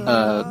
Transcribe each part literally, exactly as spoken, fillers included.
呃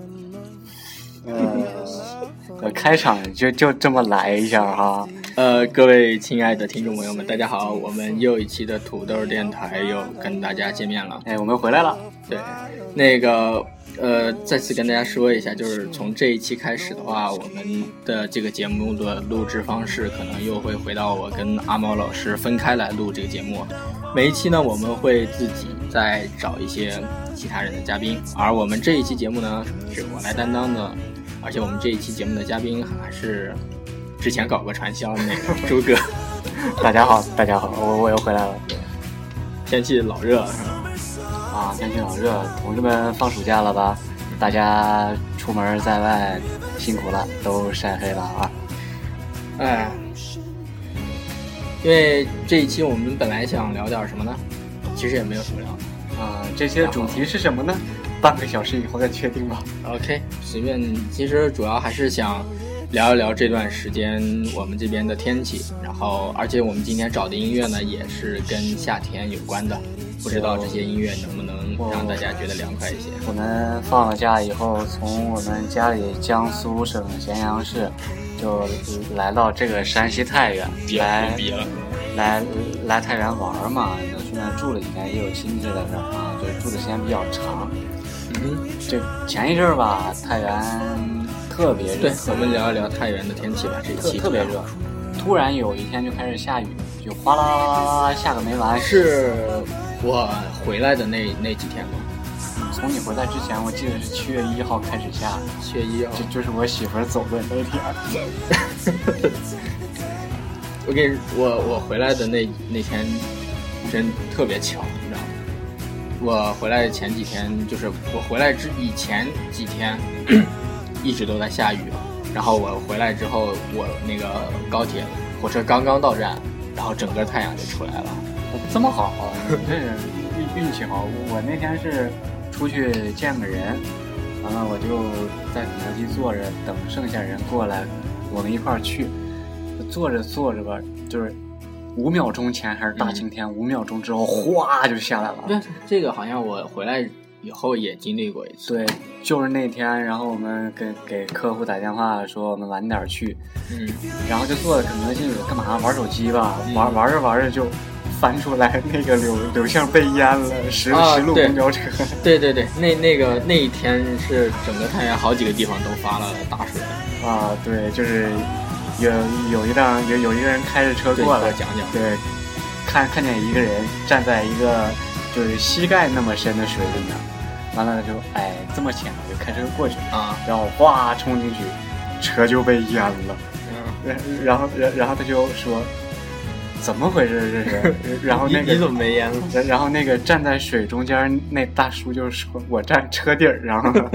呃，开场就就这么来一下哈。 呃，各位亲爱的听众朋友们，大家好，我们又一期的土豆电台又跟大家见面了。 哎，我们回来了。 对，那个呃，再次跟大家说一下，就是从这一期开始的话，我们的这个节目的录制方式可能又会回到我跟阿毛老师分开来录这个节目。每一期呢，我们会自己再找一些其他人的嘉宾，而我们这一期节目呢，是我来担当的。而且我们这一期节目的嘉宾还是之前搞过传销的那个朱哥。 大家好，大家好，我我又回来了。 天气老热是吧？ 啊，天气老热，同志们放暑假了吧？大家出门在外辛苦了，都晒黑了啊！ 哎，因为这一期我们本来想聊点什么呢？其实也没有什么聊的啊。这期的主题是什么呢？半个小时以后再确定吧。 OK， 随便。其实主要还是想聊一聊这段时间我们这边的天气，然后而且我们今天找的音乐呢也是跟夏天有关的，不知道这些音乐能不能让大家觉得凉快一些。 我们放了假以后，从我们家里江苏省咸阳市就来到这个山西太原来来来太原玩嘛，去那住了几天，也有亲戚在这儿啊，就是住的时间比较长。嗯，这前一阵儿吧，太原特别热。 对，我们聊一聊太原的天气吧。这一期特别热，突然有一天就开始下雨，就哗啦啦啦啦下个没完。 是我回来的那那几天吗？ 从你回来之前，我记得是七月一号开始下。 七月一号， 就就是我媳妇儿走的那天。 我给我我回来的那那天真特别巧，你知道吗？我回来前几天，就是我回来之以前几天一直都在下雨，然后我回来之后，我那个高铁火车刚刚到站，然后整个太阳就出来了。 这么好，你这运运气好。我那天是出去见个人，完了我就在肯德基坐着等剩下人过来，我们一块儿去。坐着坐着吧，就是五秒钟前还是大晴天，五、嗯、秒钟之后哗就下来了。 对，这个好像我回来以后也经历过一次。 对，就是那天，然后我们给给客户打电话说我们晚点去，嗯，然后就坐在肯德基里干嘛？玩手机吧，嗯、玩玩着玩着就翻出来那个柳柳巷被淹了，十啊、 十路公交车。 对对对，那那个那一天是整个太原好几个地方都发了大水啊，对，就是。有有一辆有有一个人开着车过来， 讲讲对，看看见一个人站在一个就是膝盖那么深的水里面，完了就哎这么浅，我就开车过去啊， 然后哗冲进去，车就被淹了，嗯，然后然然后他就说怎么回事这是，然后那个你怎么没淹了？ 然后那个站在水中间那大叔就说我站车底儿上了。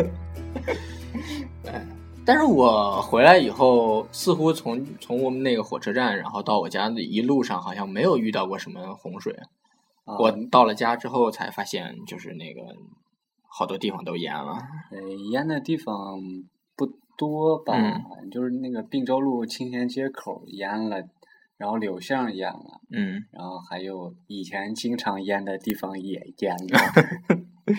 但是我回来以后，似乎从从我们那个火车站，然后到我家的一路上，好像没有遇到过什么洪水。啊、我到了家之后才发现，就是那个好多地方都淹了。 呃，淹的地方不多吧？嗯、就是那个并州路清贤街口淹了，然后柳巷淹了， 嗯， 然后还有以前经常淹的地方也淹了。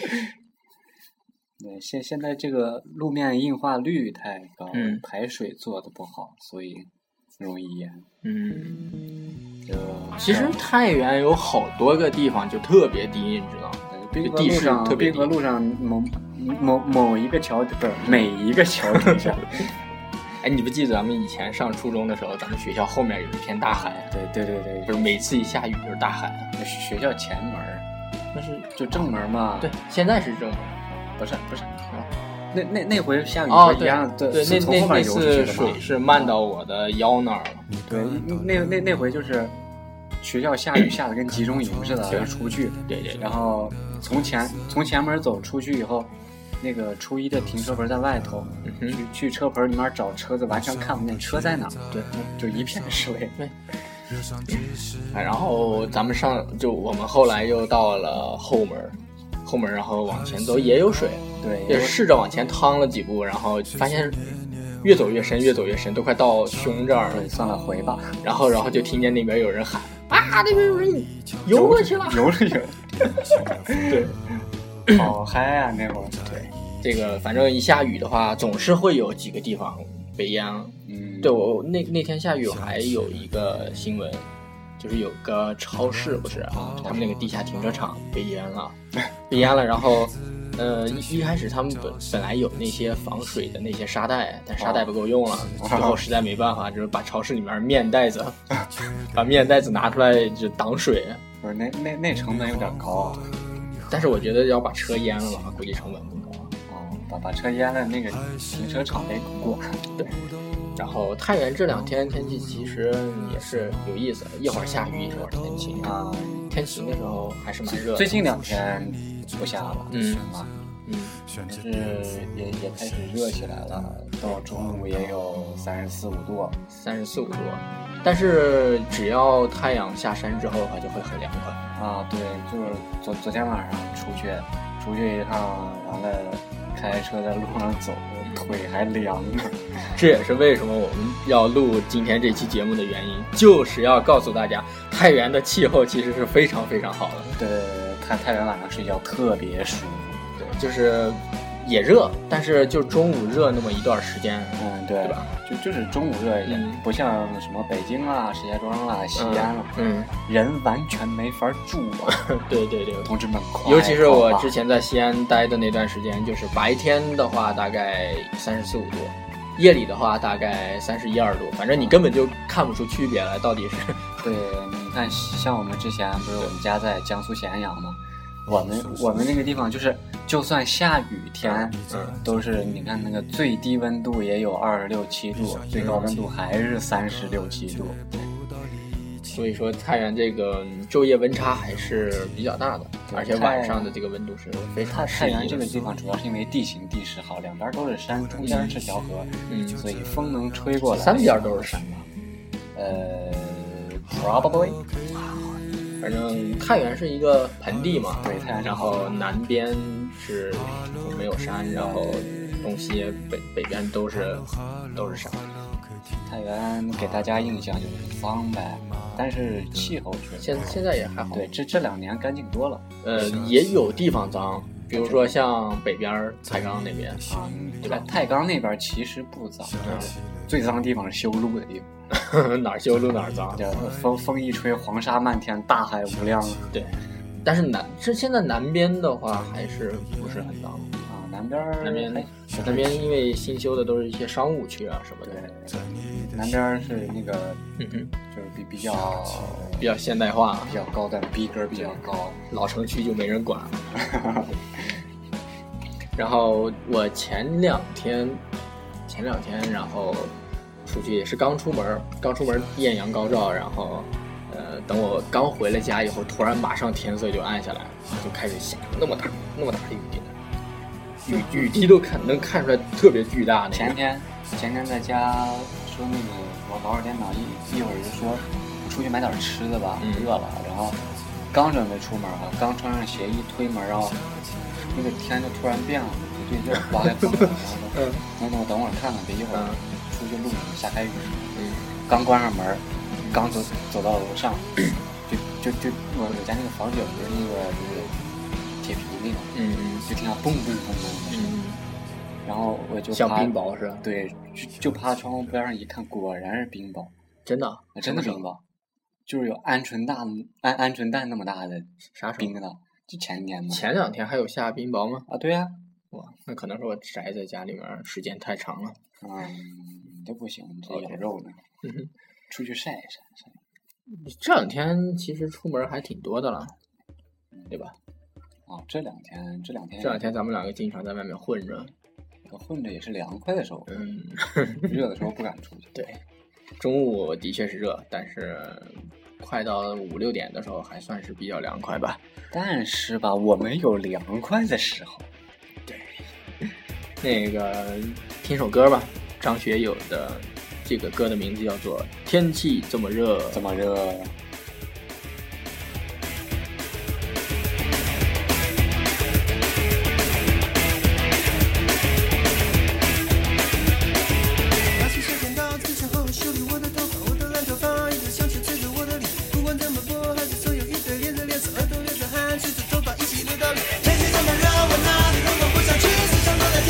对，现现在这个路面硬化率太高， 嗯、 排水做的不好，所以容易淹。 嗯，就其实太原有好多个地方就特别低，你知道吗？ 滨河路上， 特别滨河路上某某某一个桥，不是每一个桥底下。 哎，你不记得咱们以前上初中的时候，咱们学校后面有一片大海？ 对对对对， 不是每次一下雨就是大海。 那是学校前门， 那是就正门嘛。 对，现在是正门。 不是不是，那那那回下雨哦， 一样， 对对，那那那次水是漫到我的腰那儿了。 对，那那那回就是学校下雨下的跟集中营似的，要出去。 对对。 然后从前从前门走出去以后，那个初一的停车棚在外头， 嗯、 去去车棚里面找车子，完全看不见车在哪。 对， 就一片湿嘞。 对。然后咱们上就我们后来又到了后门。后门然后往前走也有水， 对， 也试着往前趟了几步，然后发现越走越深，越走越深，都快到胸这儿了。 对，算了，回吧。 然后，然后就听见那边有人喊啊，那边有人游过去了， 游了游。 对， 好嗨啊那会儿。 对， 这个反正一下雨的话，总是会有几个地方被淹了。 嗯， 对，我那那天下雨还有一个新闻，就是有个超市不是，啊、他们那个地下停车场被淹了，被淹了，然后。呃，一一开始他们本本来有那些防水的那些沙袋，但沙袋不够用了，哦、最后实在没办法，就是把超市里面面袋子，把面袋子拿出来就挡水。 不是，那那那成本有点高， 但是我觉得要把车淹了嘛，估计成本不高。 哦，把把车淹了，那个停车场得过。 对。然后太原这两天天气其实也是有意思，一会儿下雨，一会儿天晴啊。天晴的时候还是蛮热的。 最近两天不下了， 嗯嘛，嗯，但是也也开始热起来了，到中午也有三十四五度， 三十四五度。但是只要太阳下山之后的话，就会很凉快啊。对，就是昨昨天晚上出去出去一趟，完了开车在路上走，腿还凉呢。 这也是为什么我们要录今天这期节目的原因，就是要告诉大家，太原的气候其实是非常非常好的。 对，太太原晚上睡觉特别舒服。 对，就是也热，但是就中午热那么一段时间， 嗯，对， 对吧？ 就就是中午热一点，嗯、不像什么北京啦、石家庄啦、西安啦， 嗯， 人完全没法住啊。 对对对， 同志们， 尤其是我之前在西安待的那段时间，就是白天的话大概三十四五度。夜里的话大概三十一二度，反正你根本就看不出区别来，到底是。 对，你看，像我们之前不是我们家在江苏咸阳吗？我们我们那个地方就是，就算下雨天， 嗯， 都是你看那个最低温度也有二十六七度，最高温度还是三十六七度。 所以说太原这个昼夜温差还是比较大的，而且晚上的这个温度是非常适宜的。 太原这个地方主要是因为地形地势好，两边都是山，中间是条河， 嗯， 所以风能吹过来。 三边都是山吧？ 呃 ，probably。 反正太原是一个盆地嘛， 对，太原。 然后南边是没有山，然后东西北北边都是都是山。 太原给大家印象就是脏呗，但是气候确实现现在也还好。 对，这这两年干净多了。 呃，也有地方脏，比如说像北边太钢那边， 嗯， 对吧？ 太钢那边其实不脏，嗯、最脏的地方是修路的地方， 哪儿修路哪儿脏。 风风一吹，黄沙漫天，大海无量。 对，但是南这现在南边的话还是不是很脏啊？南边南边南边因为新修的都是一些商务区啊什么的。 对，南边是那个， 嗯哼， 就是比比较比较现代化， 比较高端，逼格比较高。 老城区就没人管了。然后我前两天，前两天然后出去也是刚出门，刚出门艳阳高照，然后呃，等我刚回了家以后，突然马上天色就暗下来，就开始下那么大那么大的雨滴。雨雨滴都看能看出来特别巨大。 前天前天在家说那个我玩会儿电脑，一一会儿就说出去买点吃的吧，饿了。然后刚准备出门啊，刚穿上鞋一推门，然后那个天就突然变了，就就刮开风了。然后等等等会儿看看，别一会儿出去路上下开雨。 嗯， 刚关上门，刚走走到楼上，就就就我我家那个房顶不是那个就是铁皮那种， 嗯嗯， 就听到嘣嘣嘣嘣。 嗯， 然后我就像冰雹似的， 对，就就趴窗户边上一看，果然是冰雹， 真的， 真的冰雹，就是有鹌鹑蛋、鹌鹌鹑蛋那么大的啥冰的，就前年嘛。 前两天还有下冰雹吗？ 啊，对呀、啊， 哇，那可能是我宅在家里面时间太长了。 嗯，你这不行，你这有肉呢， 嗯哼， 出去晒一晒晒。 这两天其实出门还挺多的了，对吧？ 啊，这两天这两天这两天咱们两个经常在外面混着， 混着也是凉快的时候， 嗯， 热的时候不敢出去。 对，中午的确是热，但是快到五六点的时候还算是比较凉快吧。 但是吧，我们有凉快的时候。 对，那个听首歌吧，张学友的这个歌的名字叫做《天气这么热这么热》。 我哪里都能不想去，思想都在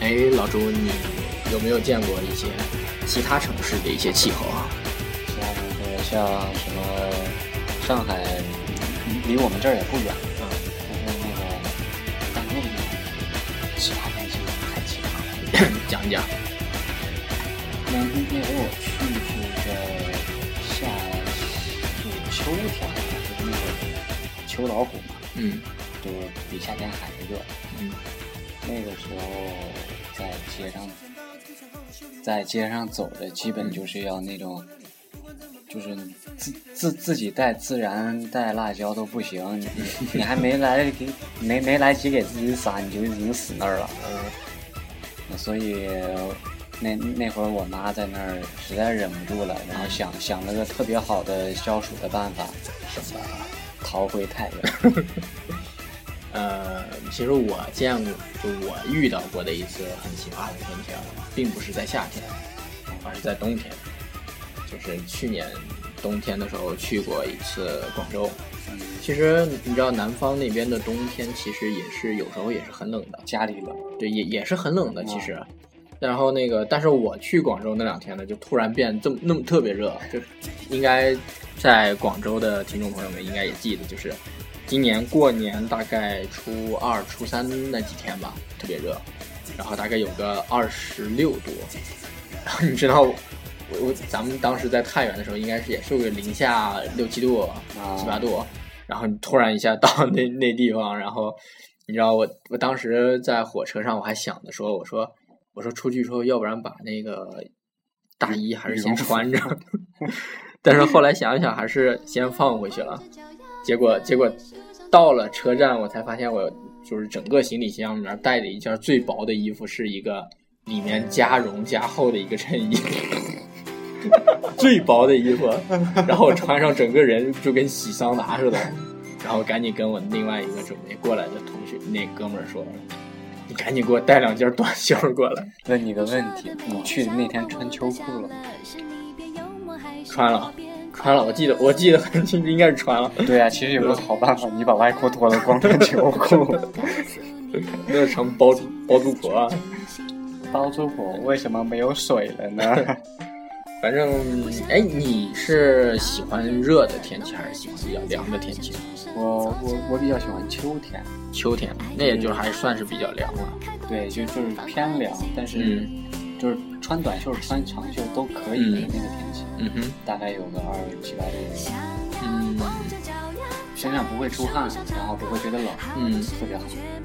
哎，老朱，你有没有见过一些其他城市的一些气候啊？ 其他城市像什么上海，离我们这儿也不远，嗯，但是那个但那个地方其他天气太奇葩了。 讲一讲。 那那回我去是在夏，就是秋天，就是那个秋老虎嘛， 嗯， 就比夏天还热， 嗯， 那个时候在街上，在街上走着，基本就是要那种，就是自自自己带孜然带辣椒都不行，你你还没来给没没来及给自己撒，你就已经死那儿了，嗯，所以。那那会儿我妈在那儿实在忍不住了，然后想想了个特别好的消暑的办法， 什么？ 逃回太原。 呃，其实我见过，就我遇到过的一次很奇葩的天气啊，并不是在夏天，而是在冬天。就是去年冬天的时候去过一次广州。其实你知道南方那边的冬天其实也是有时候也是很冷的， 家里冷， 对，也也是很冷的其实。嗯，然后那个，但是我去广州那两天呢，就突然变这么那么特别热，就应该在广州的听众朋友们应该也记得，就是今年过年大概初二、初三那几天吧，特别热，然后大概有个二十六度，然后你知道我，我咱们当时在太原的时候，应该是也是个零下六七度、七八度，然后你突然一下到那那地方，然后你知道我我当时在火车上我还想着说，我说。我说出去之后，要不然把那个大衣还是先穿着，但是后来想一想，还是先放回去了。结果结果到了车站，我才发现我就是整个行李箱里面带的一件最薄的衣服，是一个里面加绒加厚的一个衬衣，最薄的衣服。然后我穿上，整个人就跟洗桑拿似的。然后赶紧跟我另外一个准备过来的同学那哥们儿说。你赶紧给我带两件短袖过来。 问你个问题，你去的那天穿秋裤了吗？ 穿了，穿了。我记得，我记得很清楚，应该是穿了。 对啊，其实有个好办法，你把外裤脱了，光穿秋裤。 那成包包租婆啊！ 包租婆为什么没有水了呢？ 反正，哎，你是喜欢热的天气还是喜欢比较凉的天气？ 我我我比较喜欢秋天。 秋天，那也就还算是比较凉了。 对，就就是偏凉，但是、嗯、就是穿短袖、穿长袖都可以的那个天气。 嗯哼， 大概有个二十七八度。 嗯， 身上不会出汗，然后不会觉得冷。 嗯， 特别好。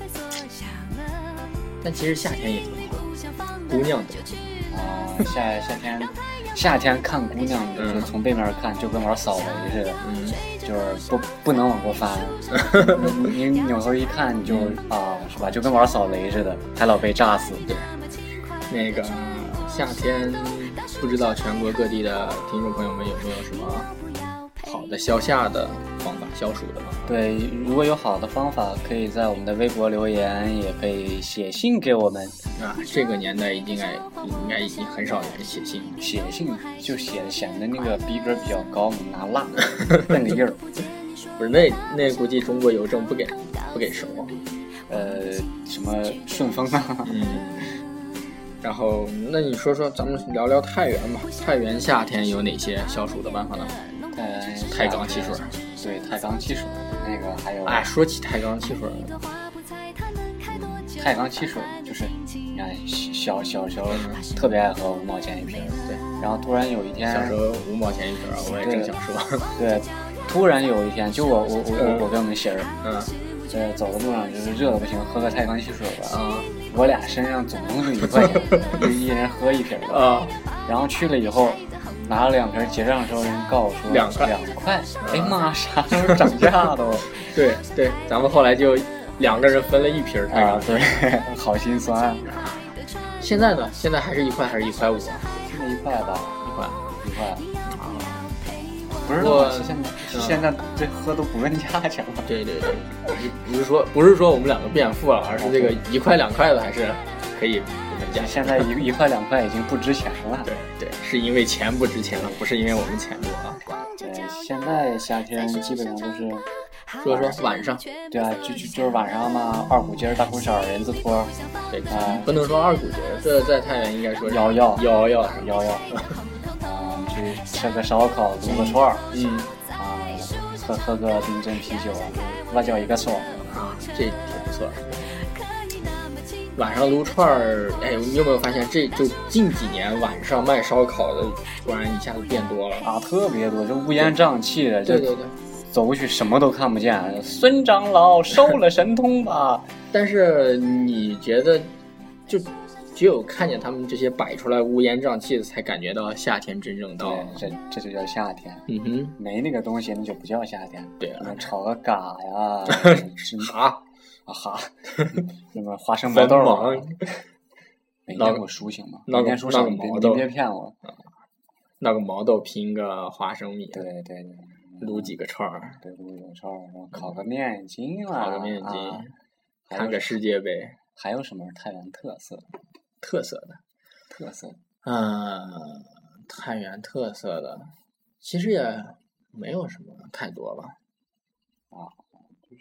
但其实夏天也挺好，姑娘多。 啊、呃，夏夏天。夏天看姑娘就是从背面看就跟玩扫雷似的，嗯，就是不不能往过翻，你你扭头一看你就啊是吧，就跟玩扫雷似的，还老被炸死。 对，那个夏天不知道全国各地的听众朋友们有没有什么好的消夏的方法，消暑的方法？ 对，如果有好的方法，可以在我们的微博留言，也可以写信给我们。 啊，这个年代应该应该已经很少有人写信， 写信就写的显得那个逼格比较高，拿蜡摁个印儿。 不是，那那估计中国邮政不给不给收。 呃，什么顺丰啊？ 嗯。然后，那你说说，咱们聊聊太原吧。太原夏天有哪些消暑的办法呢？ 太原太钢汽水， 对，太钢汽水那个还有。 哎，说起太钢汽水。 太钢汽水就是你看小小时候特别爱喝五毛钱一瓶，对，然后突然有一天小时候五毛钱一瓶，我也正想说， 对，突然有一天就我我我、嗯、我跟我们媳妇， 嗯， 在走的路上就是热的不行，喝个太钢汽水吧， 啊、嗯， 我俩身上总共就一块钱，就一人喝一瓶吧， 啊、 嗯，然后去了以后拿了两瓶，结账的时候人告诉我说两块两块，哎妈，啥时候涨价都？ 对对，咱们后来就。两个人分了一瓶太钢， 对，好心酸。 现在呢？现在还是一块还是一块五？现在一块吧， 一块一块啊。不是我现在、嗯、现在这喝都不问价钱了。 对对对，不是说不是说我们两个变富了，而是这个一块两块的还是可以不问价。 现在一一块两块已经不值钱了。 对对，是因为钱不值钱了，不是因为我们钱多啊。 对，现在夏天基本上都是。 说说晚上。 对啊，就就就是晚上嘛，二股筋、大裤衩、人字拖， 对，啊、不能说二股筋，这在太原应该说幺幺幺幺幺幺。啊，去吃个烧烤，撸个串儿， 嗯， 啊，喝喝个冰镇啤酒，那叫一个爽啊，这挺不错。晚上撸串儿，哎，你有没有发现，这就近几年晚上卖烧烤的突然一下子变多了啊，特别多，就乌烟瘴气的， 对对对， 走过去什么都看不见。孙长老收了神通吧？ 但是你觉得，就只有看见他们这些摆出来乌烟瘴气的，才感觉到夏天真正到了。 这这就叫夏天。 嗯哼， 没那个东西那就不叫夏天。 对啊， 炒个嘎呀， 哈啊哈，那个花生毛豆啊，没闹过抒情嘛？ 闹个闹个毛豆， 你别骗我。 闹个毛豆拼个花生米， 对对对， 撸几个串儿， 对，撸几个串儿，然后烤个面筋啊， 烤个面筋， 啊、 看个世界杯。 还有什么太原特色？ 特色的， 特色， 嗯，太原特色的，其实也没有什么太多吧。 啊，就是，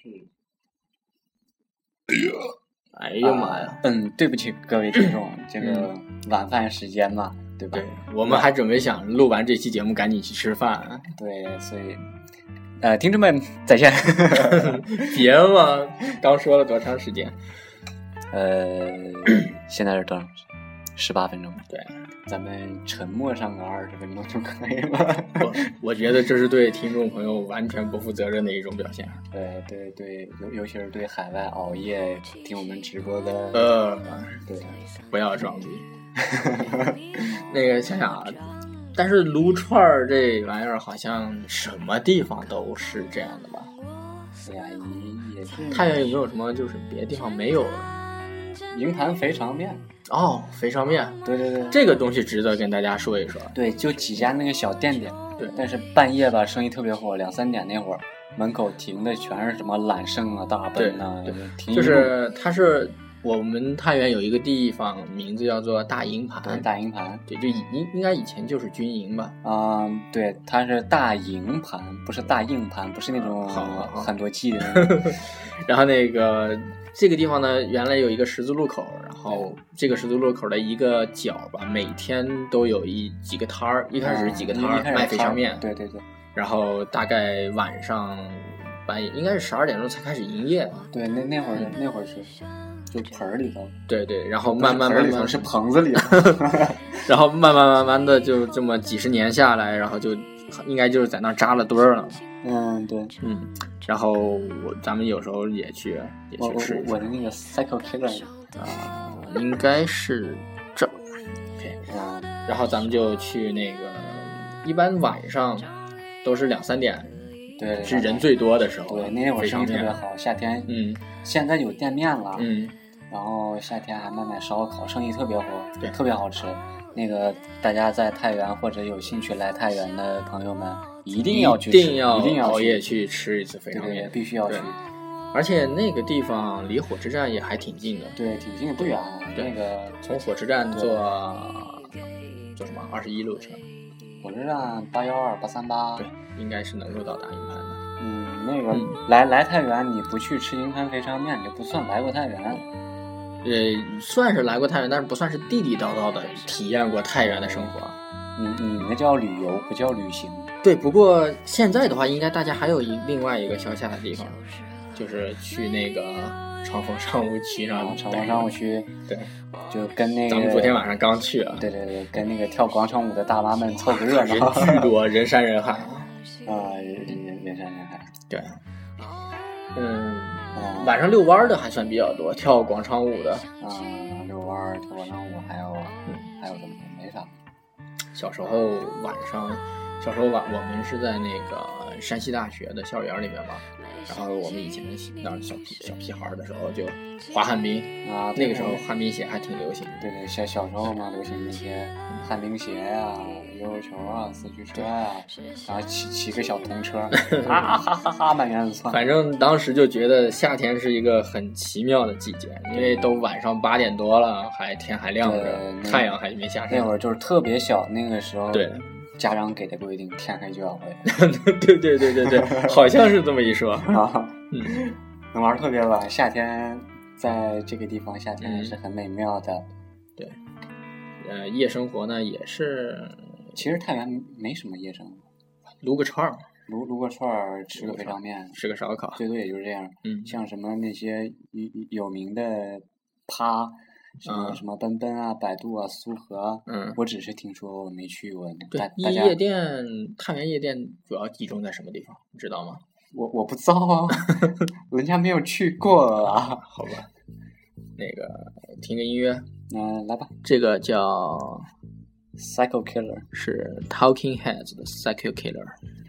哎呀妈呀！ 嗯，对不起各位听众，这个晚饭时间嘛，对吧？ 对，我们还准备想录完这期节目赶紧去吃饭。 对，所以，呃，听众们再见。 别嘛，刚说了多长时间？ 呃，现在是多少？十八分钟。 对， 咱们沉默上个二十分钟就可以了。 我我觉得这是对听众朋友完全不负责任的一种表现。 对对对，尤尤其是对海外熬夜听我们直播的。 呃， 对， 不要装逼。那个想想啊，但是撸串儿这玩意儿好像什么地方都是这样的吧？ 对呀，也也是。 太原有没有什么就是别的地方没有的？ 营盘肥肠面哦，肥肠面， 对对对， 这个东西值得跟大家说一说。 对，就几家那个小店店， 对， 但是半夜吧，生意特别火，两三点那会儿，门口停的全是什么揽胜啊、大奔啊， 对， 停就是它是我们太原有一个地方，名字叫做大营盘， 对，大营盘， 对，就应应该以前就是军营吧？ 啊、嗯，对，它是大营盘，不是大硬盘，不是那种很多 G 的那种。 然后那个。这个地方呢，原来有一个十字路口，然后这个十字路口的一个角吧，每天都有一几个摊儿，一开始几个摊儿、嗯、卖肥肠面， 对对对， 然后大概晚上半夜应该是十二点钟才开始营业， 对，那那会儿、嗯、那会儿是就盆儿里头， 对对，然后慢慢慢慢是棚子里， 然后慢慢慢慢的就这么几十年下来，然后就应该就是在那儿扎了堆儿了。 嗯，对， 嗯，然后我咱们有时候也去也去吃。 我的那个 Psycho Killer 啊、呃，应该是这 ，OK， 啊， 然后咱们就去那个，一般晚上都是两三点， 对， 是人最多的时候。 对，那会儿生意特别好，夏天， 嗯， 现在有店面了， 嗯， 然后夏天还卖卖烧烤，生意特别火， 对， 特别好吃。那个大家在太原或者有兴趣来太原的朋友们，一定要去， 一定要一定要熬夜去吃一次肥肠面， 必须要去。 而且那个地方离火车站也还挺近的， 对，挺近的，不远。 那个从火车站坐坐什么二十一路车， 火车站八幺二八三八， 对，应该是能够到达营盘的。 嗯，那个、嗯、来来太原，你不去吃营盘肥肠面，你就不算来过太原。 呃，算是来过太原，但是不算是地地道道的体验过太原的生活。 你你那叫旅游，不叫旅行。 对，不过现在的话，应该大家还有一另外一个乡下的地方，就是去那个长风商务区上。 长风商务区， 对， 就跟那个咱们昨天晚上刚去啊。 对对对，跟那个跳广场舞的大妈们凑个热闹， 人巨多，人山人海。 啊，人人人山人海。 对，嗯。嗯、晚上遛弯的还算比较多，跳广场舞的啊、嗯，遛弯跳广场舞还有，嗯，还有什么？没啥。 小时候晚上，小时候晚我们是在那个山西大学的校园里面嘛，然后我们以前当小屁小屁孩的时候就滑旱冰啊， 那个时候旱冰鞋还挺流行的。 对对，小小时候嘛，流行那些旱冰鞋呀、啊、悠悠球啊、四驱车啊，然后骑骑个小童车，啊哈哈哈满园子窜。 反正当时就觉得夏天是一个很奇妙的季节，因为都晚上八点多了，还天还亮着，太阳还没下山。 那会儿就是特别小，那个时候对。 家长给的规定，天黑就要回。 对对对对对，好像是这么一说啊。 嗯， 能玩特别晚，夏天在这个地方夏天是很美妙的。嗯、 对，呃，夜生活呢也是， 其实太原没什么夜生活， 撸个串儿， 撸撸个串儿，吃个肥肠面， 吃个烧烤， 最多也就是这样。 嗯， 像什么那些有有名的趴。什么、嗯、什么奔奔啊、百度啊、苏河， 嗯， 我只是听说，我没去过。 对，夜店，太原夜店主要集中在什么地方？你知道吗？ 我我不知道啊，人家没有去过啊。 好吧，那个听个音乐， 嗯、呃，来吧。 这个叫 Psycho Killer， 是 Talking Heads 的 Psycho Killer。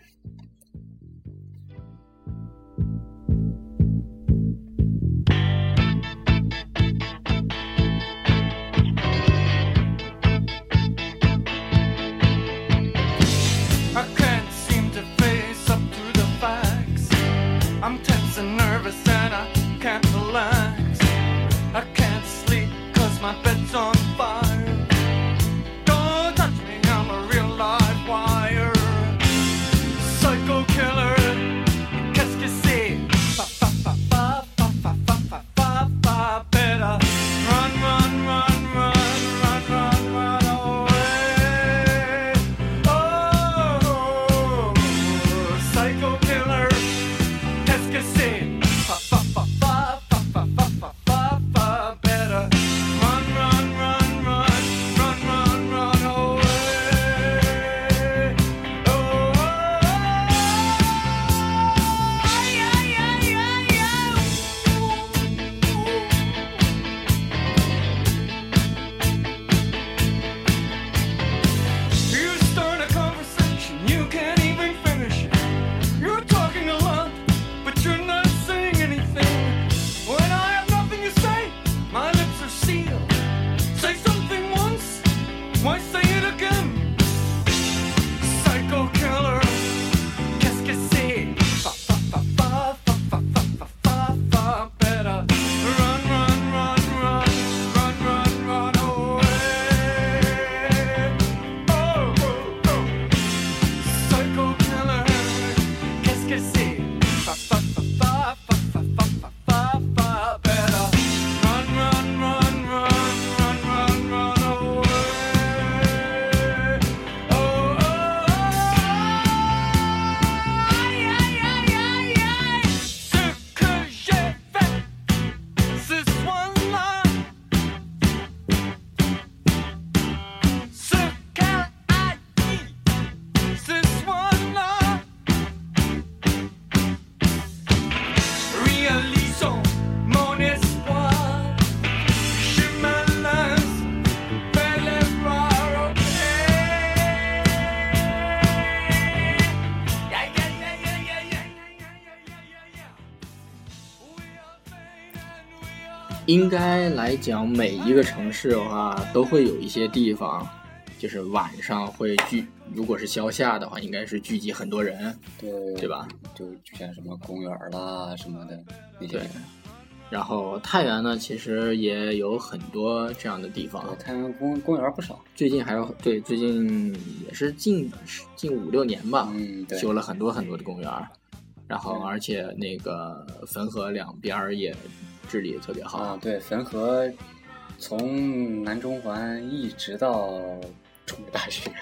应该来讲，每一个城市的话，都会有一些地方，就是晚上会聚。如果是消夏的话，应该是聚集很多人， 对对吧？ 就就像什么公园啦什么的那些。 对。然后太原呢，其实也有很多这样的地方。 太原公公园不少。 最近还有对，最近也是近近五六年吧， 嗯，对， 修了很多很多的公园。然后而且那个汾河两边也治理也特别好啊。对，汾河从南中环一直到中国大学。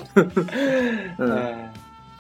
嗯，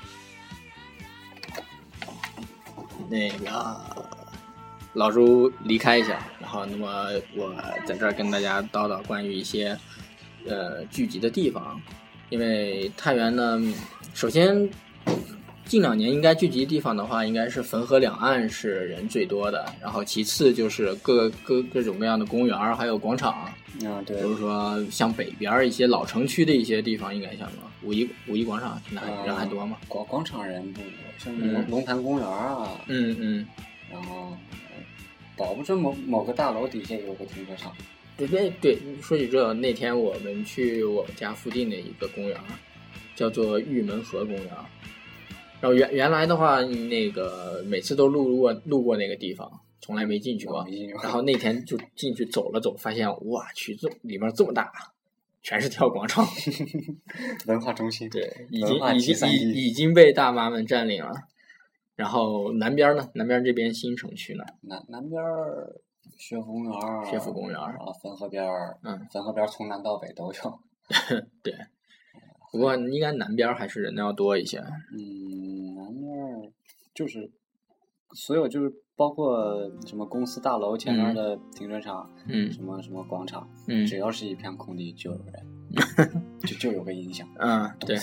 那个老朱离开一下，然后那么我在这儿跟大家叨叨关于一些呃聚集的地方，因为太原呢，首先近两年应该聚集地方的话，应该是汾河两岸是人最多的，然后其次就是各各各种各样的公园还有广场。 啊，对， 比如说像北边一些老城区的一些地方，应该像什么五一五一广场，现在人还多吗？ 呃、广广场人不多，像龙龙潭公园啊， 嗯嗯， 然后保不准某某个大楼底下有个停车场。 对对对，说起这，那天我们去我家附近的一个公园，叫做玉门河公园。然后原原来的话，那个每次都路过路过那个地方，从来没进去过。然后那天就进去走了走，发现哇去，这里面这么大， 全是跳广场舞。 文化中心， 对，已经已经已已经被大妈们占领了。然后南边呢？南边这边新城区呢？ 南南边学府公园， 学府公园啊，汾河边， 嗯， 汾河边从南到北都有。 对，不过应该南边还是人要多一些。 嗯，南边就是所有就是包括什么公司大楼前面的停车场， 嗯， 什么什么广场， 嗯， 只要是一片空地就有人，就就有个音响。 嗯，对，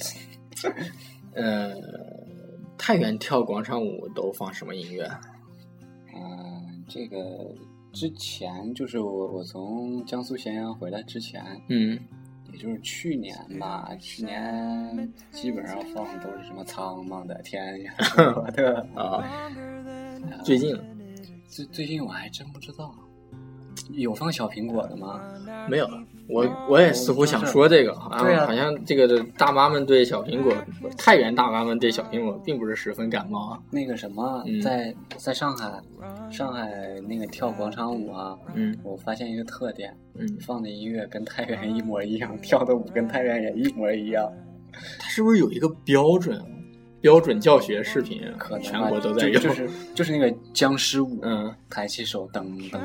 呃。太原跳广场舞都放什么音乐？ 嗯，这个之前就是我我从江苏咸阳回来之前， 嗯， 也就是去年吧，去年基本上放的都是什么苍茫的天呀什么的啊。最近， 最最近我还真不知道。有放小苹果的吗？ 没有，我我也似乎想说这个， 啊，对啊， 好像这个大妈们对小苹果，太原大妈们对小苹果并不是十分感冒啊。 那个什么， 嗯、 在在上海，上海那个跳广场舞啊， 嗯， 我发现一个特点， 嗯， 放的音乐跟太原一模一样，跳的舞跟太原人一模一样。 它是不是有一个标准？标准教学视频， 可能全国都在用， 就、就是就是那个僵尸舞， 嗯， 抬起手，噔噔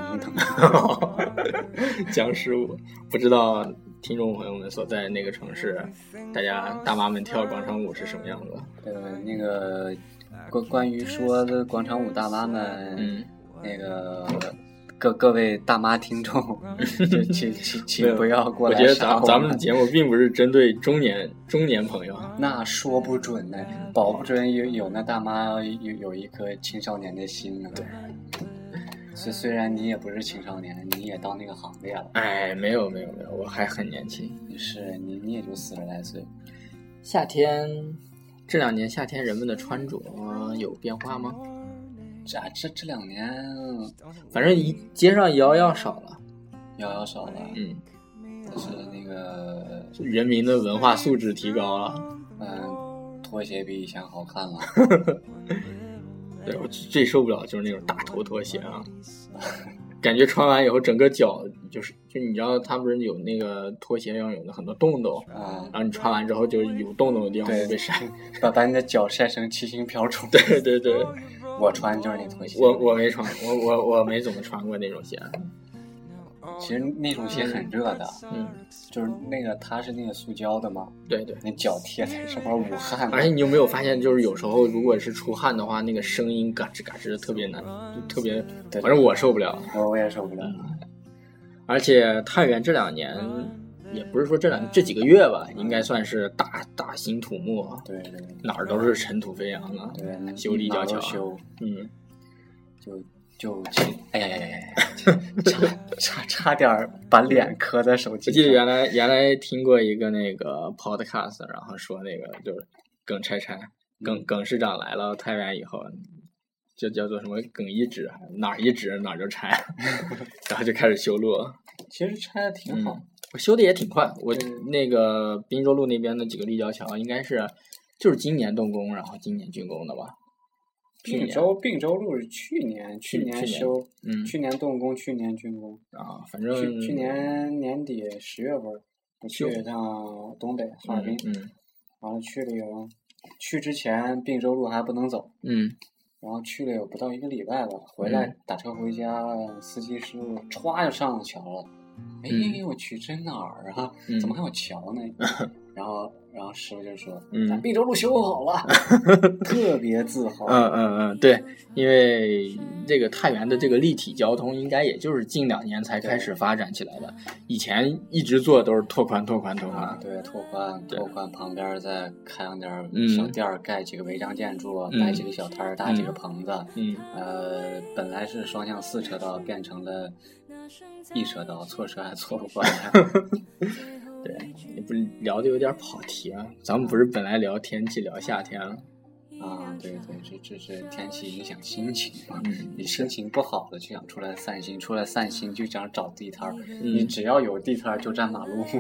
噔， 僵尸舞，不知道听众朋友们所在那个城市，大家大妈们跳广场舞是什么样子？ 呃，那个关关于说的广场舞大妈们， 嗯， 那个。各各位大妈听众，就请请请不要过来。 我觉得咱咱们的节目并不是针对中年中年朋友， 那说不准呢，保不准有有那大妈有有一颗青少年的心呢。 对， 虽虽然你也不是青少年，你也到那个行列了。 哎，没有没有没有，我还很年轻。 是你你也就四十来岁。 夏天这两年夏天人们的穿着有变化吗？ 这这这两年， 反正一街上摇摇少了， 摇摇少了， 嗯， 但是那个人民的文化素质提高了， 嗯，拖鞋比以前好看了。 对，我最受不了就是那种大头拖鞋啊，感觉穿完以后整个脚就是就你知道他不是有那个拖鞋上有很多洞洞啊， 然后你穿完之后就有洞洞的地方会被晒， 把把你的脚晒成七星瓢虫。 对对对。 我穿就是那拖鞋， 我我没穿，我我我没怎么穿过那种鞋。 其实那种鞋很热的， 嗯， 就是那个它是那个塑胶的嘛， 对对， 那脚贴在上面捂汗。 而且你有没有发现，就是有时候如果是出汗的话，那个声音嘎吱嘎吱的特别难，就特别，反正我受不了。 我我也受不了。 嗯、而且太原这两年。也不是说这两这几个月吧，应该算是大大兴土木， 对对， 哪儿都是尘土飞扬啊， 对， 修立交桥， 修， 嗯， 就就哎呀呀呀呀，差差差点把脸磕在手机上。 我记得原来原来听过一个那个 podcast， 然后说那个就是耿拆拆，耿耿市长来了太原以后，就叫做什么耿一指，哪儿一指哪儿就拆，然后就开始修路。 其实拆的挺好。 嗯我修的也挺快，我那个滨州路那边的几个立交桥应该是就是今年动工，然后今年竣工的吧。 滨州滨州路是去年去年修， 嗯， 去年动工，去年竣工啊，反正去去年年底十月份我去了一趟东北哈尔滨， 嗯，嗯完了去了有，去之前滨州路还不能走， 嗯， 然后去了有不到一个礼拜吧，回来打车回家，嗯、司机师傅歘就上了桥了。哎、嗯，我去，这哪儿啊、嗯？怎么还有桥呢？然后，然后师傅就说：“ 嗯， 咱滨州路修好了，特别自豪。” 嗯嗯嗯，对，因为这个太原的这个立体交通，应该也就是近两年才开始发展起来的。以前一直做的都是拓宽、拓宽、拓宽。 啊、对，拓宽、拓宽，旁边再开上点小店儿、嗯，盖几个违章建筑， 嗯、 摆几个小摊儿，搭几个棚子。 嗯， 呃，本来是双向四车道，变成了一车道，错车还错不过来。 对，也不聊的有点跑题啊。咱们不是本来聊天气，聊夏天了。 啊，对对，这这是天气影响心情嘛。 嗯， 你心情不好了就想出来散心，出来散心就想找地摊儿、 嗯。 你只要有地摊儿就占马路。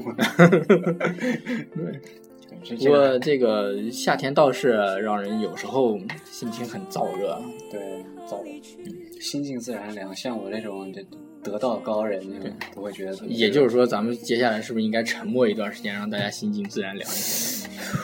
对。不过这个夏天倒是让人有时候心情很燥热。 对，燥热。 嗯， 心静自然凉，像我这种这得道高人不会觉得。 也就是说，咱们接下来是不是应该沉默一段时间，让大家心静自然凉一些？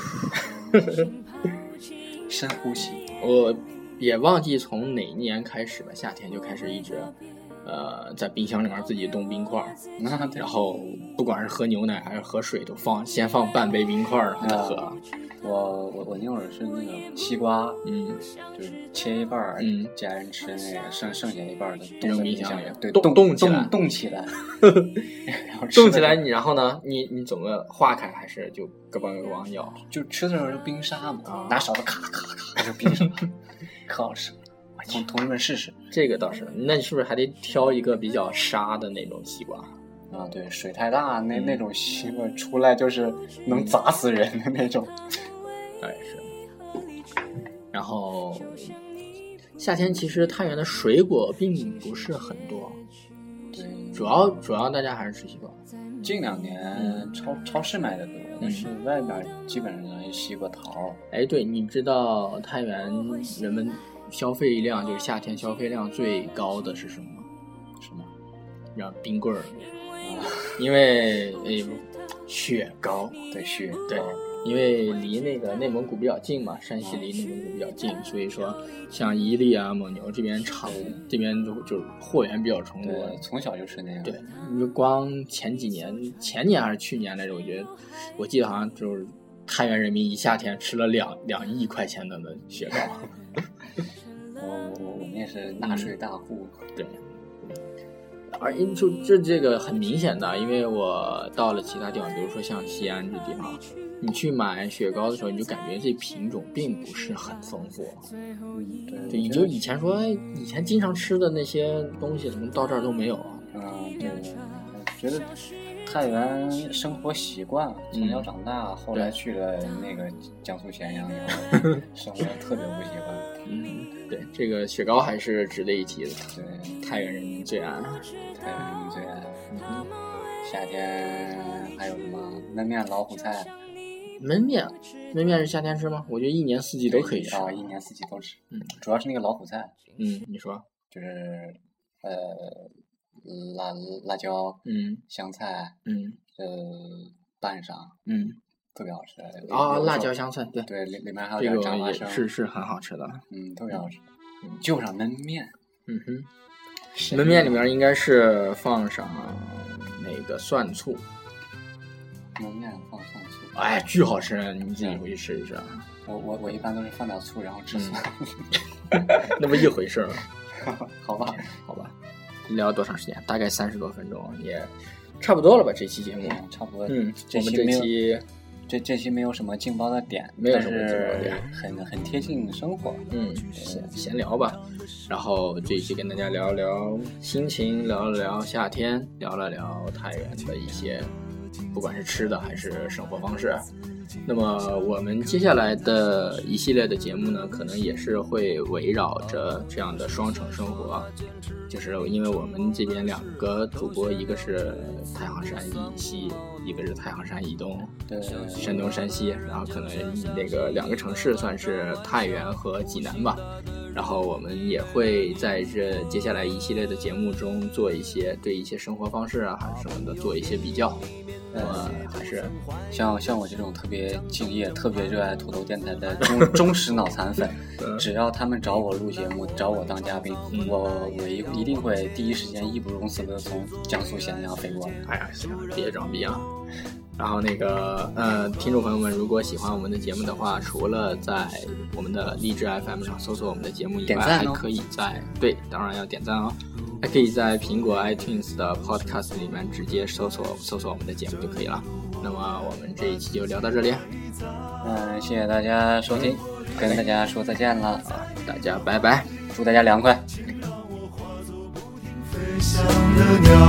深呼吸。 我也忘记从哪一年开始吧，夏天就开始一直。呃，在冰箱里面自己冻冰块，然后不管是喝牛奶还是喝水，都放先放半杯冰块，然后再喝。 啊、我我我那会儿是那个西瓜， 嗯， 就是切一半， 嗯， 家人吃那个剩剩下一半的冻在冰箱里， 对， 冻冻起来， 冻起来， 冻起来。你然后呢？你你怎么化开？还是就咯嘣咯嘣咬？ 就吃的时候就冰沙嘛， 啊、 拿勺子咔咔咔就冰上，可好吃。同同志们试试， 这个倒是。那你是不是还得挑一个比较沙的那种西瓜啊？对，水太大，那、嗯、那种西瓜出来就是能砸死人的那种。 倒也是。然后夏天其实太原的水果并不是很多， 对， 主要主要大家还是吃西瓜。 近两年、嗯、超超市卖的多，但是外边基本上西瓜桃。 哎，对，你知道太原人们消费量就是夏天消费量最高的是什么吗？ 什么？ 让冰棍儿、 啊， 因为诶雪糕， 对雪糕， 对，因为离那个内蒙古比较近嘛，山西离内蒙古比较近，所以说像伊利啊、蒙牛这边厂这边就就货源比较充足。 对，从小就吃那样。 对，你就光前几年，前年还是去年来着，我觉得我记得好像就是太原人民一夏天吃了两两亿块钱的雪糕。 我我我们也是纳税大户， 嗯、对，而就这这个很明显的，因为我到了其他地方，比如说像西安这地方，你去买雪糕的时候，你就感觉这品种并不是很丰富。 嗯，对， 对，你就以前说，以前经常吃的那些东西，怎么到这儿都没有啊？ 嗯，对，觉得太原生活习惯，从小长大，嗯、后来去了那个江苏咸阳以后，生活特别不习惯。 嗯，对，这个雪糕还是值得一提的。 对， 太原人民最爱， 太原人民最爱。嗯，夏天还有什么焖面、老虎菜？ 焖面，焖面是夏天吃吗？我觉得一年四季都可以吃啊，一年四季都吃。 嗯， 主要是那个老虎菜。 嗯，你说， 就是呃辣辣椒， 嗯， 香菜， 嗯， 呃拌上， 嗯。 特别好吃啊、哦！辣椒香菜，对对，里里面还有点炸花生， 是是很好吃的， 嗯，特别好吃。嗯，就上焖面， 嗯哼，焖面里面应该是放上那个蒜醋， 焖面放蒜醋， 哎，巨好吃，你自己回去试一试。 我我我一般都是放点醋，然后吃蒜， 嗯、那不一回事吗？ 好吧， 好吧，聊多长时间？大概三十多分钟，也差不多了吧？这期节目、 嗯、差不多， 嗯，我们这期。 这这期没有什么劲爆的点， 没有什么劲爆的点， 很很贴近生活， 嗯，闲闲聊吧。然后这一期跟大家聊聊心情，聊了聊夏天，聊了聊太原的一些，不管是吃的还是生活方式。那么我们接下来的一系列的节目呢，可能也是会围绕着这样的双城生活，就是因为我们这边两个主播，一个是太行山以西，一个是太行山以东， 对， 山东山西，然后可能那个两个城市算是太原和济南吧。然后我们也会在这接下来一系列的节目中做一些对一些生活方式啊还是什么的做一些比较。呃，还是像像我这种特别敬业、特别热爱土豆电台的忠忠实脑残粉，只要他们找我录节目、找我当嘉宾， 嗯、 我我一一定会第一时间义不容辞的从江苏咸阳飞过来。 哎呀，行，别装逼啊！然后那个呃，听众朋友们，如果喜欢我们的节目的话，除了在我们的荔枝 F M 上搜索我们的节目以外，还可以在对，当然要点赞哦。还可以在苹果 iTunes 的 Podcast 里面直接搜索搜索我们的节目就可以了。那么我们这一期就聊到这里， 嗯，谢谢大家收听，跟大家说再见了， 大家拜拜， 祝大家凉快。 飞翔的鸟